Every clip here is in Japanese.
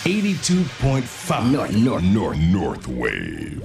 82.5 North Wave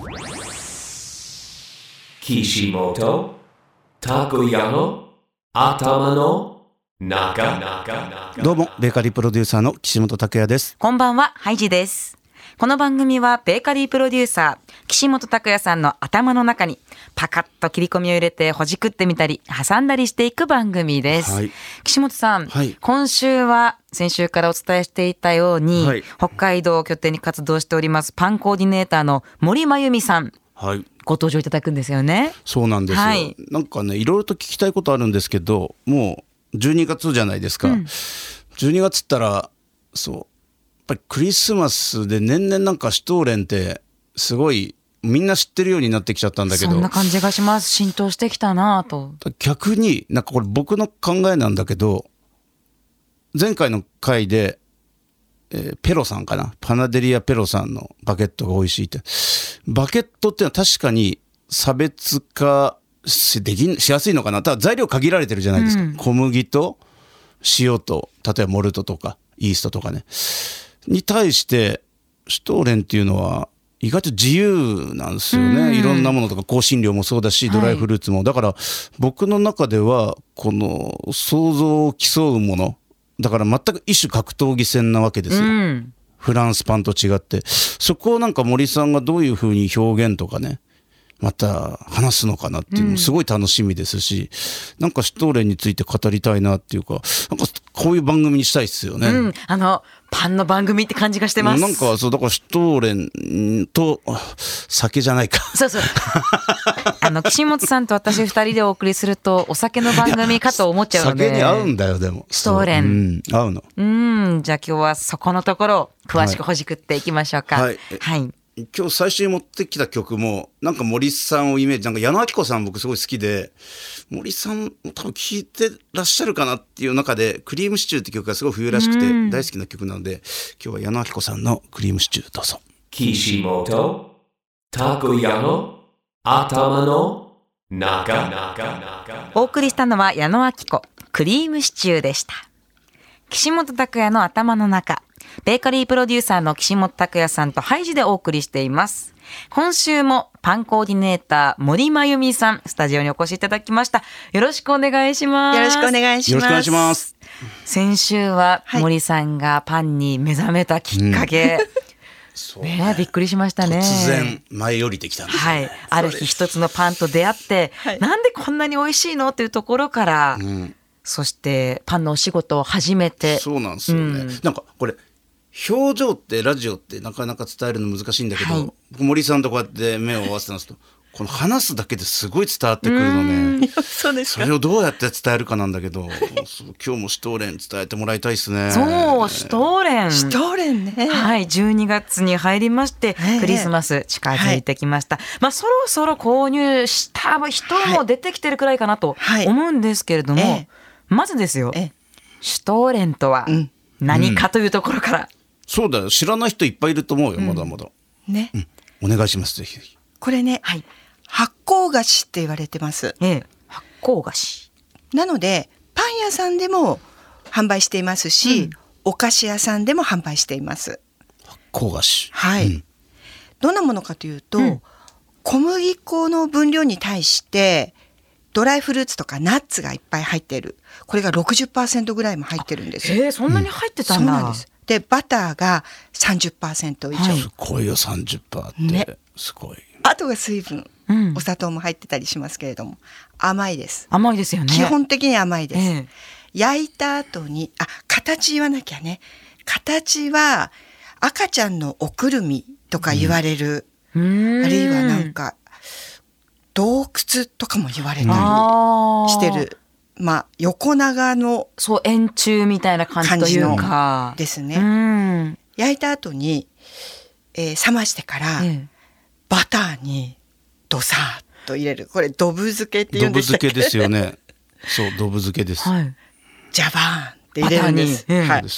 岸本拓也の頭の中。 どうもベーカリープロデューサーの岸本拓也です。 こんばんは、ハイジです。この番組はベーカリープロデューサー岸本拓也さんの頭の中にパカッと切り込みを入れてほじくってみたり挟んだりしていく番組です、 はい、 岸本さん、 はい、 今週は先週からお伝えしていたように、 はい、 北海道を拠点に活動しておりますパンコーディネーターの森真由美さん、 はい、 ご登場いただくんですよね。 そうなんですよ、 はい、 なんかねいろいろと聞きたいことあるんですけど、もう12月じゃないですか、12月ったらそうやっぱりクリスマスで年々なんかシュトーレンってすごいみんな知ってるようになってきちゃったんだけど、 そんな感じがします。浸透してきたなと。 逆になんかこれ僕の考えなんだけど、前回の回で、ペロさんかな、パナデリアペロさんのバゲットが美味しいって、バゲットってのは確かに差別化しやすいのかな。ただ材料限られてるじゃないですか、小麦と塩と例えばモルトとかイーストとかねに対してシュトーレンっていうのは意外と自由なんですよね、いろんなものとか香辛料もそうだしドライフルーツも、はい、だから僕の中ではこの想像を競うものだから全く一種格闘技戦なわけですよ、フランスパンと違って。そこをなんか森さんがどういうふうに表現とかねまた話すのかなっていうのもすごい楽しみですし、なんかシュトーレンについて語りたいなっていうか、なんかこういう番組にしたいですよね、 パンの番組って感じがしてます。 なんかそうだからシュトーレンと酒じゃないかそう岸本さんと私2人でお送りするとお酒の番組かと思っちゃうので、 酒に合うんだよ。でもシュトーレン、 合うの。 じゃあ今日はそこのところを詳しくほじくっていきましょうか。 はい、今日最初に持ってきた曲もなんか森さんをイメージ、なんか矢野顕子さん僕すごい好きで、森さんも多分聴いてらっしゃるかなっていう中でクリームシチューって曲がすごい冬らしくて大好きな曲なので、今日は矢野顕子さんのクリームシチューどうぞ。 岸本拓也の頭の中。 お送りしたのは矢野顕子クリームシチューでした。岸本拓也の頭の中、ベーカリープロデューサーの岸本拓也さんとハイジでお送りしています。今週もパンコーディネーター森真由美さんスタジオにお越しいただきました。よろしくお願いします。 よろしくお願いします。 よろしくお願いします。 先週は森さんがパンに目覚めたきっかけ、びっくりしましたね。 突然舞い降りてきたんですよね、 ある日一つのパンと出会って、なんでこんなに美味しいのっていうところから、そしてパンのお仕事を始めて。そうなんですよね、なんかこれ表情ってラジオってなかなか伝えるの難しいんだけど、森さんとこうやって目を合わせたんですと、この話すだけですごい伝わってくるのね。 そうですか。 それをどうやって伝えるかなんだけど今日もシュトーレン伝えてもらいたいですね。 そうシュトーレンシュトーレンね、 12月に入りまして、クリスマス近づいてきました、そろそろ購入した人も出てきてるくらいかなと思うんですけれども、まずですよ、シュトーレンとは何かというところから、 そうだよ、知らない人いっぱいいると思うよ、まだまだね、お願いします。ぜひぜひ。 これね、発酵菓子って言われてます、 発酵菓子なのでパン屋さんでも販売していますし、お菓子屋さんでも販売しています。 発酵菓子、 どんなものかというと、小麦粉の分量に対してドライフルーツとかナッツがいっぱい入っている。これが 60% ぐらいも入ってるんですよ。 そんなに入ってたんだ。 そうなんです。でバターが 30% 以上、 すごいよ 30% って、すごい。 あとが水分、お砂糖も入ってたりしますけれども甘いです。 甘いですよね。 基本的に甘いです、焼いた後に形言わなきゃね。形は赤ちゃんのおくるみとか言われる、あるいはなんか洞窟とかも言われたりしてる、横長の円柱みたいな感じというかですね。焼いた後に、冷ましてから、バターにドサーッと入れる。これドブ漬けって言うんですけど。 ドブ漬けですよね。そうドブ漬けです、 ジャバーンって入れるんです、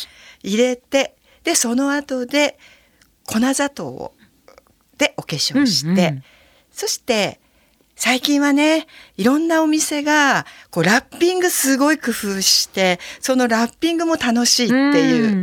入れて、でその後で粉砂糖でお化粧して、そして最近はね、いろんなお店がラッピングすごい工夫して、そのラッピングも楽しいっていう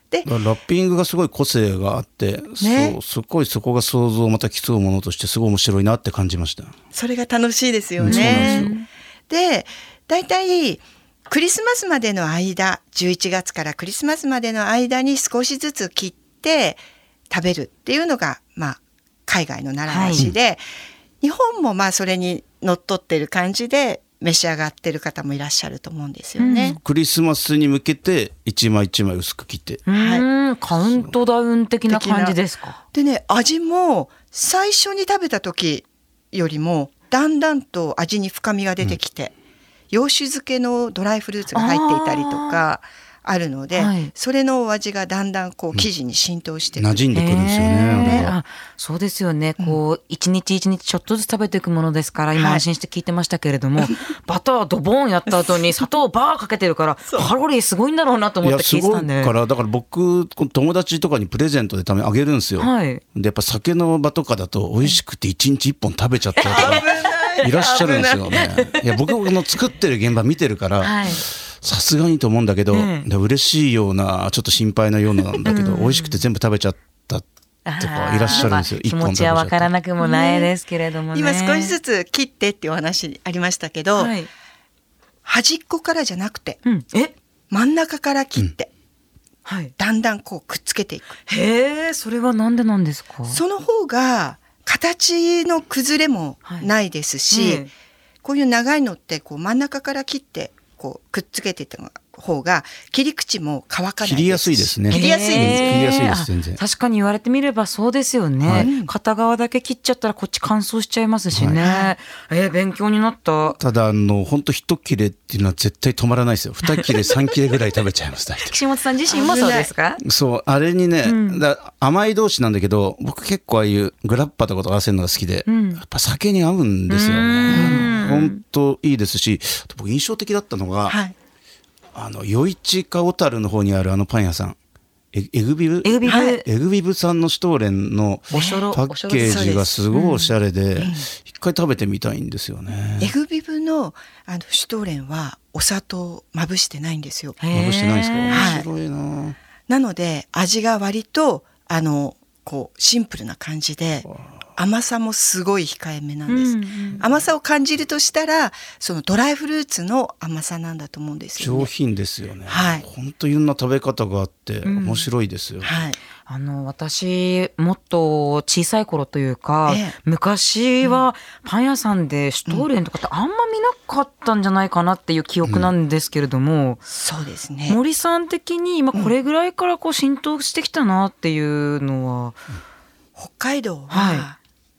でラッピングがすごい個性があって、 ね、 すごいそこが想像をまた競うものとしてすごい面白いなって感じました。 それが楽しいですよそうなんね。 ですよ。 でだいたいクリスマスまでの間、11月からクリスマスまでの間に少しずつ切って食べるっていうのが、海外の習わしで、日本もそれにのっとってる感じで召し上がってる方もいらっしゃると思うんですよね。 クリスマスに向けて一枚一枚薄く切って、 カウントダウン的な感じですか。 でね、味も最初に食べた時よりもだんだんと味に深みが出てきて、洋酒漬けのドライフルーツが入っていたりとかあるので、それのお味がだんだんこう生地に浸透してくる、 馴染んでくるんですよね。 そうですよね。こう一日一日ちょっとずつ食べていくものですから、今安心して聞いてましたけれども、バタードボーンやった後に砂糖バーかけてるからカロリーすごいんだろうなと思って聞いてたんで。 いやすごいから、だから僕友達とかにプレゼントでためあげるんですよ。でやっぱ酒の場とかだと美味しくて一日一本食べちゃったとかいらっしゃるんですよね。いや僕の作ってる現場見てるから、さすがにと思うんだけど、嬉しいようなちょっと心配なようなんだけど、美味しくて全部食べちゃったとかいらっしゃるんですよ。 気持ちは分からなくもないですけれどもね。 今少しずつ切ってっていうお話ありましたけど、端っこからじゃなくて、真ん中から切って、だんだんこうくっつけていく。 へえ、それはなんでなんですか？ その方が形の崩れもないですし、こういう長いのってこう真ん中から切ってこうくっつけてた方が切り口も乾かないです。 切りやすいですね。 切りやすいです。 切りやすいです全然。 確かに言われてみればそうですよね。片側だけ切っちゃったらこっち乾燥しちゃいますしね。勉強になった。 ただ本当一切れっていうのは絶対止まらないですよ。2切れ3切れぐらい食べちゃいます。 岸本さん自身もそうですか？ そうあれにね、甘い同士なんだけど、僕結構ああいうグラッパとかと合わせるのが好きで、やっぱ酒に合うんですよね。本当いいですし、僕印象的だったのが、余市か小樽の方にあるパン屋さん、エグビブさんのシュトーレンのパッケージがすごいおしゃれで、一回食べてみたいんですよね。 エグビブのシュトーレンはお砂糖まぶしてないんですよ。 まぶしてないですか？面白いな。 なので味が割とこうシンプルな感じで、甘さもすごい控えめなんです。甘さを感じるとしたらそのドライフルーツの甘さなんだと思うんですよね。 上品ですよね。本当いろんな食べ方があって面白いですよ。 私もっと小さい頃というか、昔はパン屋さんでシュトーレンとかってあんま見なかったんじゃないかなっていう記憶なんですけれども、 そうですね。 森さん的に今これぐらいからこう浸透してきたなっていうのは、 北海道は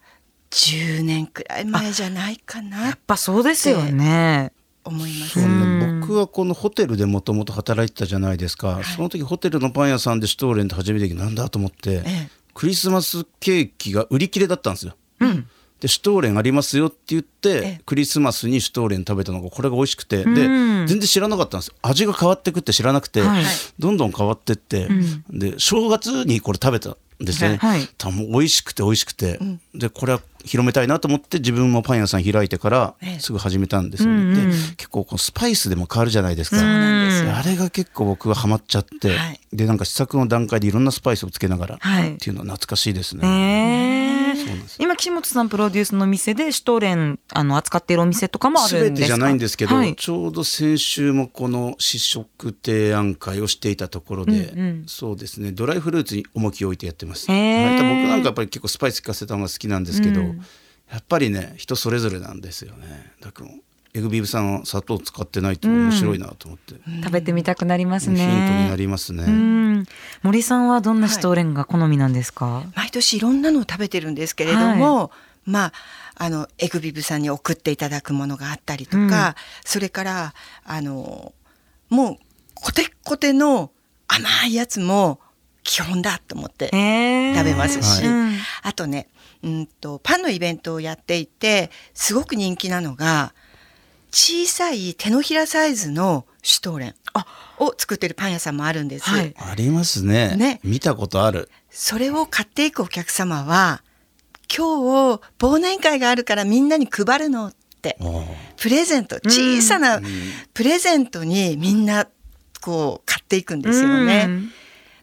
10年くらい前じゃないかな。 やっぱそうですよね。 思います。 僕はこのホテルでもともと働いてたじゃないですか。その時ホテルのパン屋さんでシュトーレンって初めてなんだと思って、クリスマスケーキが売り切れだったんですよ。でシュトーレンありますよって言って、クリスマスにシュトーレン食べたのがこれが美味しくて、で全然知らなかったんですよ。味が変わってくって知らなくて、どんどん変わってって、で正月にこれ食べたですね。美味しくて美味しくて、でこれは広めたいなと思って自分もパン屋さん開いてからすぐ始めたんですよね。で結構こうスパイスでも変わるじゃないですか。あれが結構僕はハマっちゃって、でなんか試作の段階でいろんなスパイスをつけながらっていうのは懐かしいですね。 今岸本さんプロデュースの店でシュトーレン扱っているお店とかもあるんですか？全てじゃないんですけど、ちょうど先週もこの試食提案会をしていたところで、そうですね、ドライフルーツに重きを置いてやってます。僕なんかやっぱり結構スパイス効かせたのが好きなんですけど、やっぱりね人それぞれなんですよね。だからエグビーブさんは砂糖使ってないと面白いなと思って、 食べてみたくなりますね。 ヒントになりますね。 森さんはどんなシュトーレンが好みなんですか？ 毎年いろんなのを食べてるんですけれども、エグビーブさんに送っていただくものがあったりとか、それからもうコテコテの甘いやつも基本だと思って食べますし、あとね、パンのイベントをやっていてすごく人気なのが小さい手のひらサイズのシュトーレンを作ってるパン屋さんもあるんです。 ありますね。見たことある。 それを買っていくお客様は今日忘年会があるからみんなに配るのってプレゼント、小さなプレゼントにみんなこう買っていくんですよね。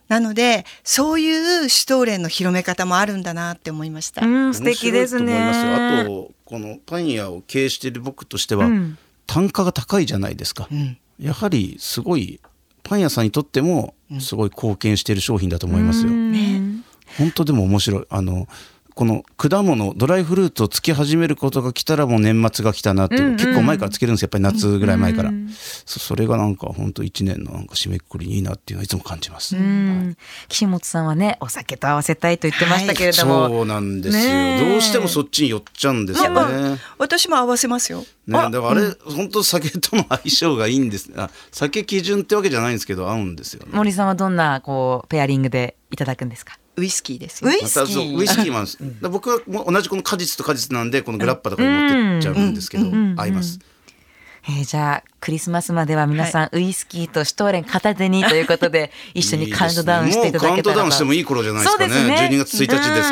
なのでそういうシュトーレンの広め方もあるんだなって思いました。 素敵ですね。 面白いと思いますよ。あとこのパン屋を経営している僕としては、単価が高いじゃないですか、やはりすごいパン屋さんにとってもすごい貢献している商品だと思いますよ、本当でも面白い。この果物ドライフルーツをつけ始めることが来たらもう年末が来たなっていう、結構前からつけるんですよ、やっぱり夏ぐらい前から、それがなんか本当1年のなんか締めくくりにいいなっていうのはいつも感じます。 岸本さんはね、お酒と合わせたいと言ってましたけれども、 そうなんですよ、どうしてもそっちに寄っちゃうんですよね。 私も合わせますよ、 だからあれ、本当酒との相性がいいんです。酒基準ってわけじゃないんですけど合うんですよね。 森さんはどんなこうペアリングでいただくんですか？ ウイスキーですよ。 ウイスキー。 ウイスキーもあるんです。僕はもう同じこの果実と果実なんで、このグラッパとかに持ってっちゃうんですけど、合います。 じゃあクリスマスまでは皆さん、ウイスキーとシュトーレン片手にということで一緒にカウントダウンしていただけたら。 もうカウントダウンしてもいい頃じゃないですかね。12月1日ですから。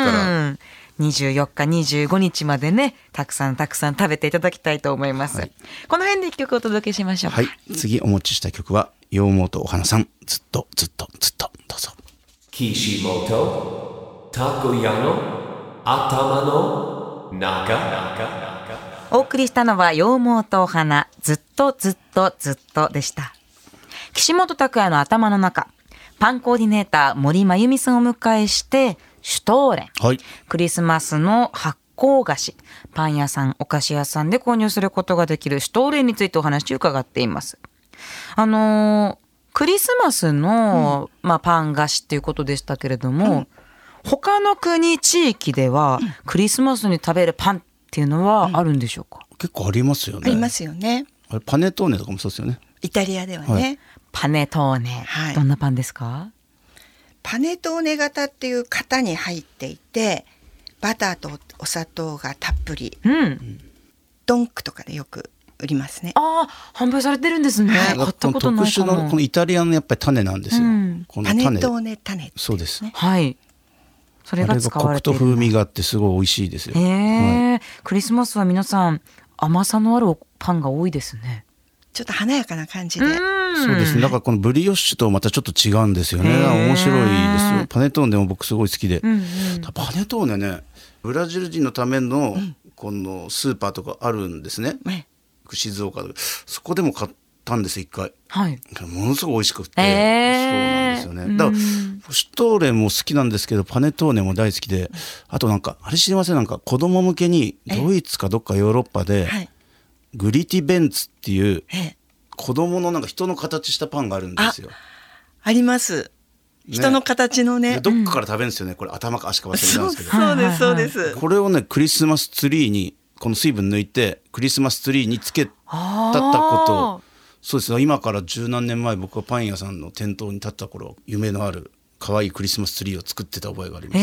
24日25日までね、たくさん食べていただきたいと思います、この辺で一曲お届けしましょう。 次お持ちした曲は羊毛とお花さん、ずっとずっとずっと、どうぞ。 岸本拓也の頭の中。 お送りしたのは羊毛とお花、ずっとずっとずっとでした。岸本拓也の頭の中、パンコーディネーター森真由美さんをお迎えしてシュトーレン、クリスマスの発酵菓子、パン屋さんお菓子屋さんで購入することができるシュトーレンについてお話を伺っています。クリスマスの、パン菓子っていうことでしたけれども、他の国地域ではクリスマスに食べるパンっていうのはあるんでしょうか？ 結構ありますよね。 ありますよね。 あれパネトーネとかもそうですよね。 イタリアではね、 パネトーネ、どんなパンですか？ パネトーネ型っていう型に入っていて、バターとお砂糖がたっぷり、ドンクとかでよく売りますね。 販売されてるんですね。買ったことないかも。 特殊なこのイタリアのやっぱり種なんですよ、このパ種。 ネトーネ種、 そうです、 それが使われている。 コクと風味があってすごい美味しいですよ。 クリスマスは皆さん甘さのあるパンが多いですね。 ちょっと華やかな感じで。 そうですね。だからこのブリオッシュとまたちょっと違うんですよね。面白いですよ。パネトーネも僕すごい好きで、パネトーネね、ブラジル人のためのこのスーパーとかあるんですね、静岡で。そこでも買ったんです一回、ものすごい美味しくて、そうなんですよね。だからシュトーレンも好きなんですけど、パネトーネも大好きで、あとなんかあれ知りません？なんか子供向けにドイツかどっかヨーロッパで、グリティベンツっていう子供のなんか人の形したパンがあるんですよ。 あります、人の形のね。 どっかから食べるんですよね、これ。頭か足か忘れたんですけど、 そうですそうです。 これをね、クリスマスツリーにこの水分抜いてクリスマスツリーにつけたことそうです。今から十何年前、僕はパン屋さんの店頭に立った頃、夢のある可愛いクリスマスツリーを作ってた覚えがあります、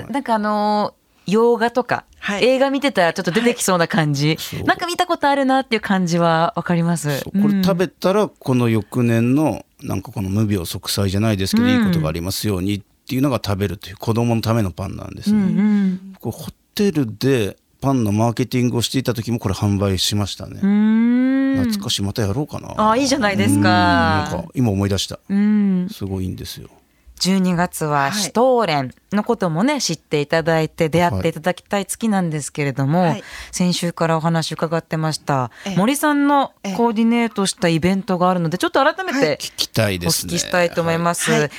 なんか洋画とか、映画見てたらちょっと出てきそうな感じ、なんか見たことあるなっていう感じはわかります。 これ食べたらこの翌年のなんかこの無病息災じゃないですけど、いいことがありますようにっていうのが食べるという子供のためのパンなんですね、これホテルでパンのマーケティングをしていた時もこれ販売しましたね。懐かしい、またやろうかな。 いいじゃないですか。 なんか今思い出した、すごいいいんですよ。 12月はシュトーレンのこともね、知っていただいて出会っていただきたい月なんですけれども、先週からお話伺ってました、森さんのコーディネートしたイベントがあるので、ちょっと改めて聞きたいですね。 お聞きしたいと思います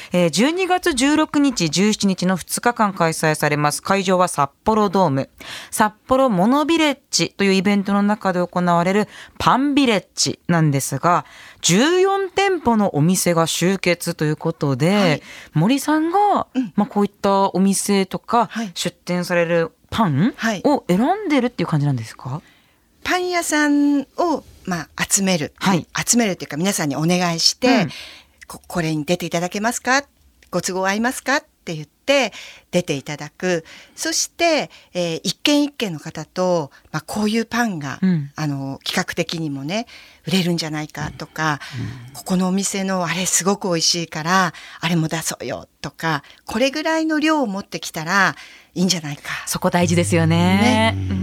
、12月16日17日の2日間開催されます。会場は札幌ドーム、札幌モノビレッジというイベントの中で行われるパンビレッジなんですが、14店舗のお店が集結ということで、森さんが、こういったお店とか出店されるパンを選んでるっていう感じなんですか？ パン屋さんを、集める、集めるっていうか、皆さんにお願いして、これに出ていただけますか、ご都合合いますかって言って出ていただく。そして、一軒一軒の方と、こういうパンが、企画的にもね売れるんじゃないかとか、ここのお店のあれすごく美味しいからあれも出そうよとか、これぐらいの量を持ってきたらいいんじゃないか。 そこ大事ですよね。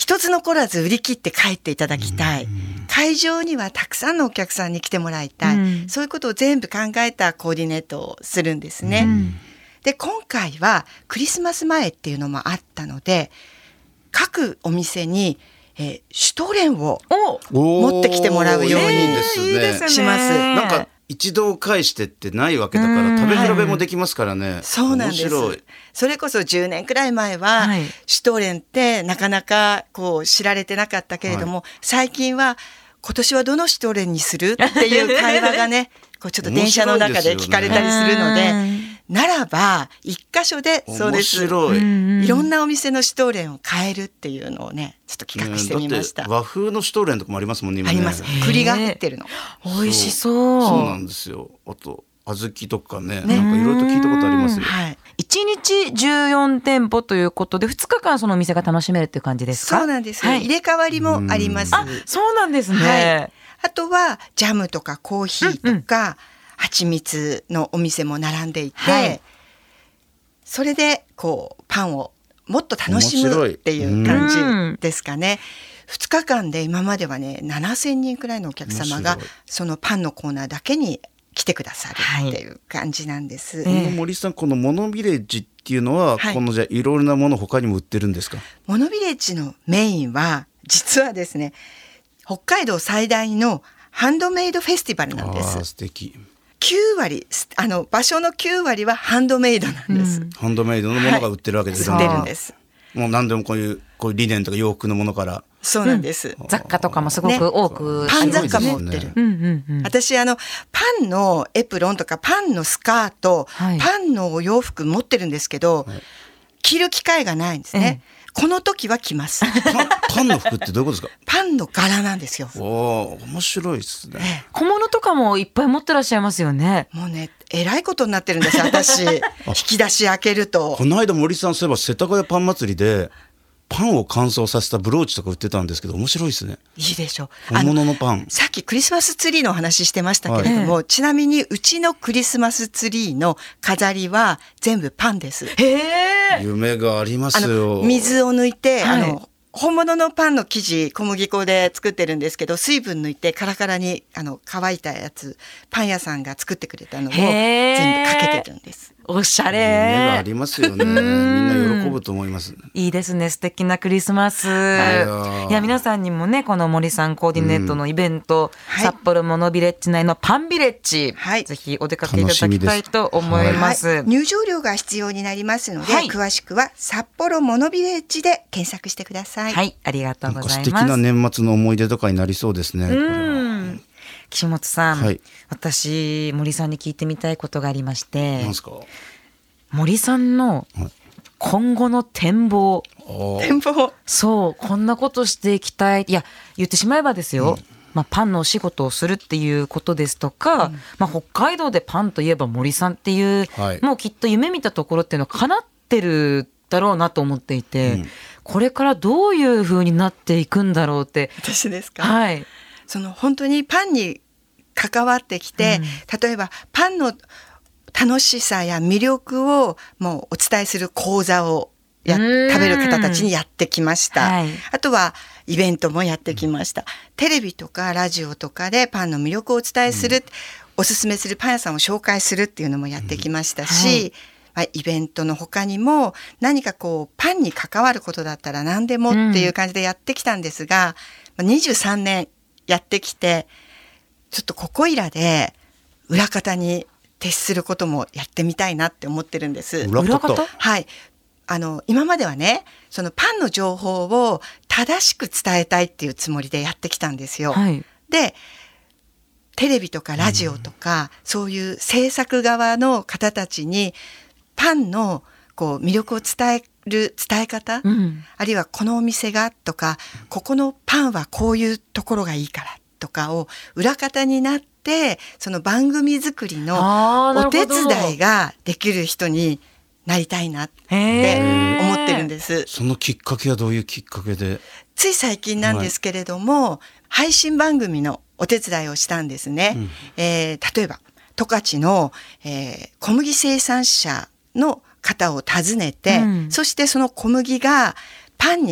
一つ残らず売り切って帰っていただきたい。会場にはたくさんのお客さんに来てもらいたい。そういうことを全部考えたコーディネートをするんですね。で、今回はクリスマス前っていうのもあったので、各お店に、シュトレンを持ってきてもらうようにいいですねします。 なんか一度返してってないわけだから食べ比べもできますからね。 そうなんです。 面白い。 それこそ10年くらい前は、シュトレンってなかなかこう知られてなかったけれども、最近は今年はどのシュトレンにするっていう会話がねこうちょっと電車の中で聞かれたりするので、ならば一箇所でそうです。 面白い。 いろんなお店のシュトーレンを変えるっていうのをねちょっと企画してみました。 だって和風のシュトーレンとかもありますもんね。今ねあります。栗が入ってるの。 美味しそう。 そうなんですよ。あと小豆とかね、なんかいろいろと聞いたことありますよ。 はい。 1日14店舗ということで2日間そのお店が楽しめるっていう感じですか？ そうなんです、 はい、 入れ替わりもあります。 あ、そうなんですね。 はい、あとはジャムとかコーヒーとか、蜂蜜のお店も並んでいて、はい、それでこうパンをもっと楽しむっていう感じですかね。2日間で今まではね7000人くらいのお客様がそのパンのコーナーだけに来てくださるっていう感じなんです。 森さん、このモノビレッジっていうのは、 はい、 このじゃいろいろなもの他にも売ってるんですか？ モノビレッジのメインは実はですね、北海道最大のハンドメイドフェスティバルなんです。 素敵。 9割場所の9割はハンドメイドなんです、 ハンドメイドのものが売ってるわけですね。 売ってるんです。 もう何でもこういうリネンとか洋服のものから。 そうなんです、 雑貨とかもすごく多く、 ね、パン雑貨も売ってる、私パンのエプロンとかパンのスカート、パンのお洋服持ってるんですけど、着る機会がないんですね、この時は着ますパンの服ってどういうことですか？ パンの柄なんですよ。 面白いですね、 小物とかもいっぱい持ってらっしゃいますよね。 もうねえらいことになってるんです私引き出し開けると。 この間森さんそういえば世田谷パン祭りでパンを乾燥させたブローチとか売ってたんですけど面白いですね。 いいでしょ。 本物のパン。 さっきクリスマスツリーのお話してましたけれども、ちなみにうちのクリスマスツリーの飾りは全部パンです。 夢がありますよ。 水を抜いて、本物のパンの生地小麦粉で作ってるんですけど、水分抜いてカラカラに乾いたやつパン屋さんが作ってくれたのを全部かけてるんです。 おしゃれ。 夢がありますよね。みんな喜ぶと思います。 いいですね。素敵なクリスマス。いや皆さんにもねこの森さんコーディネートのイベント、札幌モノビレッジ内のパンビレッジ、ぜひお出かけいただきたいと思います。 入場料が必要になりますので、詳しくは札幌モノビレッジで検索してください。 はい、ありがとうございます。 素敵な年末の思い出とかになりそうですね。 岸本さん、私森さんに聞いてみたいことがありまして。 何ですか？ 森さんの今後の展望。そうこんなことしていきたい。いや言ってしまえばですよ、パンのお仕事をするっていうことですとか、北海道でパンといえば森さんっていう、もうきっと夢見たところっていうのは叶ってるだろうなと思っていて、これからどういう風になっていくんだろうって。 私ですか？ はい。 本当にパンに関わってきて、例えばパンの楽しさや魅力をもうお伝えする講座を食べる方たちにやってきました、あとはイベントもやってきました。テレビとかラジオとかでパンの魅力をお伝えする、おすすめするパン屋さんを紹介するっていうのもやってきましたし、イベントの他にも何かパンに関わることだったら何でもっていう感じでやってきたんですが、23年やってきてちょっとここいらで裏方に徹することもやってみたいなって思ってるんです。 裏方？ はい。今まではねそのパンの情報を正しく伝えたいっていうつもりでやってきたんですよ、でテレビとかラジオとか、そういう制作側の方たちにパンの魅力を伝える伝え方、あるいはこのお店がとかここのパンはこういうところがいいからとかを裏方になってその番組作りのお手伝いができる人になりたいなって思ってるんです。 そのきっかけはどういうきっかけで？ つい最近なんですけれども、配信番組のお手伝いをしたんですね、例えば十勝の、小麦生産者の方を訪ねて、そしてその小麦がパンに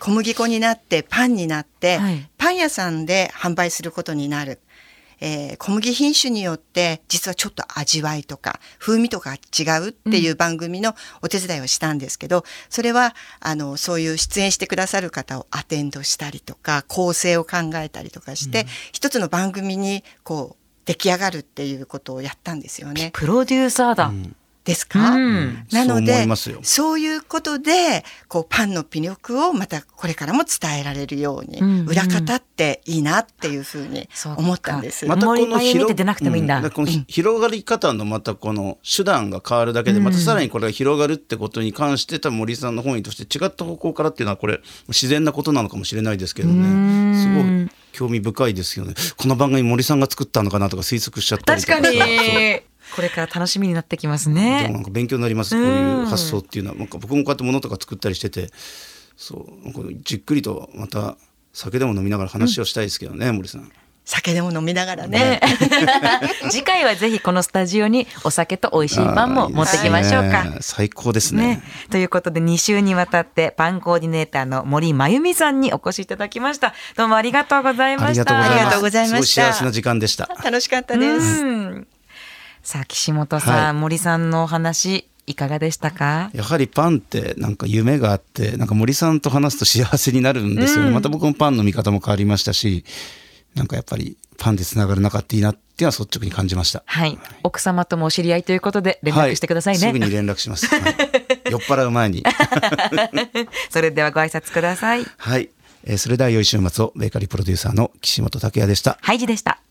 小麦粉になってパンになって、 はいパン屋さんで販売することになる。小麦品種によって実はちょっと味わいとか風味とか違うっていう番組のお手伝いをしたんですけど、それはそういう出演してくださる方をアテンドしたりとか構成を考えたりとかして、一つの番組にこう出来上がるっていうことをやったんですよね。 プロデューサーだ。 ですか、 うんそう思なのでいますよそういうことでこうパンの魅力をまたこれからも伝えられるように、裏方っていいなっていうふうに思ったんです。 また森前見て出なくてもいいんだ。 この広がり方のまたこの手段が変わるだけで、またさらにこれが広がるってことに関して多分森さんの本意として違った方向からっていうのはこれ自然なことなのかもしれないですけどね、すごい興味深いですよね。この番組森さんが作ったのかなとか推測しちゃったりとか。 確かにこれから楽しみになってきますね。 でもなんか勉強になります、こういう発想っていうのは。なんか僕もこうやって物とか作ったりしてて、そうなんかじっくりとまた酒でも飲みながら話をしたいですけどね、森さん。 酒でも飲みながらね。 次回はぜひこのスタジオにお酒と美味しいパンも持ってきましょうか。 最高ですね。 ということで2週にわたってパンコーディネーターの森真由美さんにお越しいただきました。どうもありがとうございました。 ありがとうございました。 すごい幸せな時間でした。 楽しかったです。 さあ岸本さん、森さんのお話いかがでしたか？ やはりパンってなんか夢があって、なんか森さんと話すと幸せになるんですよね。また僕もパンの見方も変わりましたし、なんかやっぱりパンでつながる仲っていいなっていうのは率直に感じました。 はい、奥様ともお知り合いということで連絡してくださいね。 すぐに連絡します。酔っ払う前に。 それではご挨拶ください。 はい、それでは良い週末を。ベーカリープロデューサーの岸本拓也でした。 ハイジでした。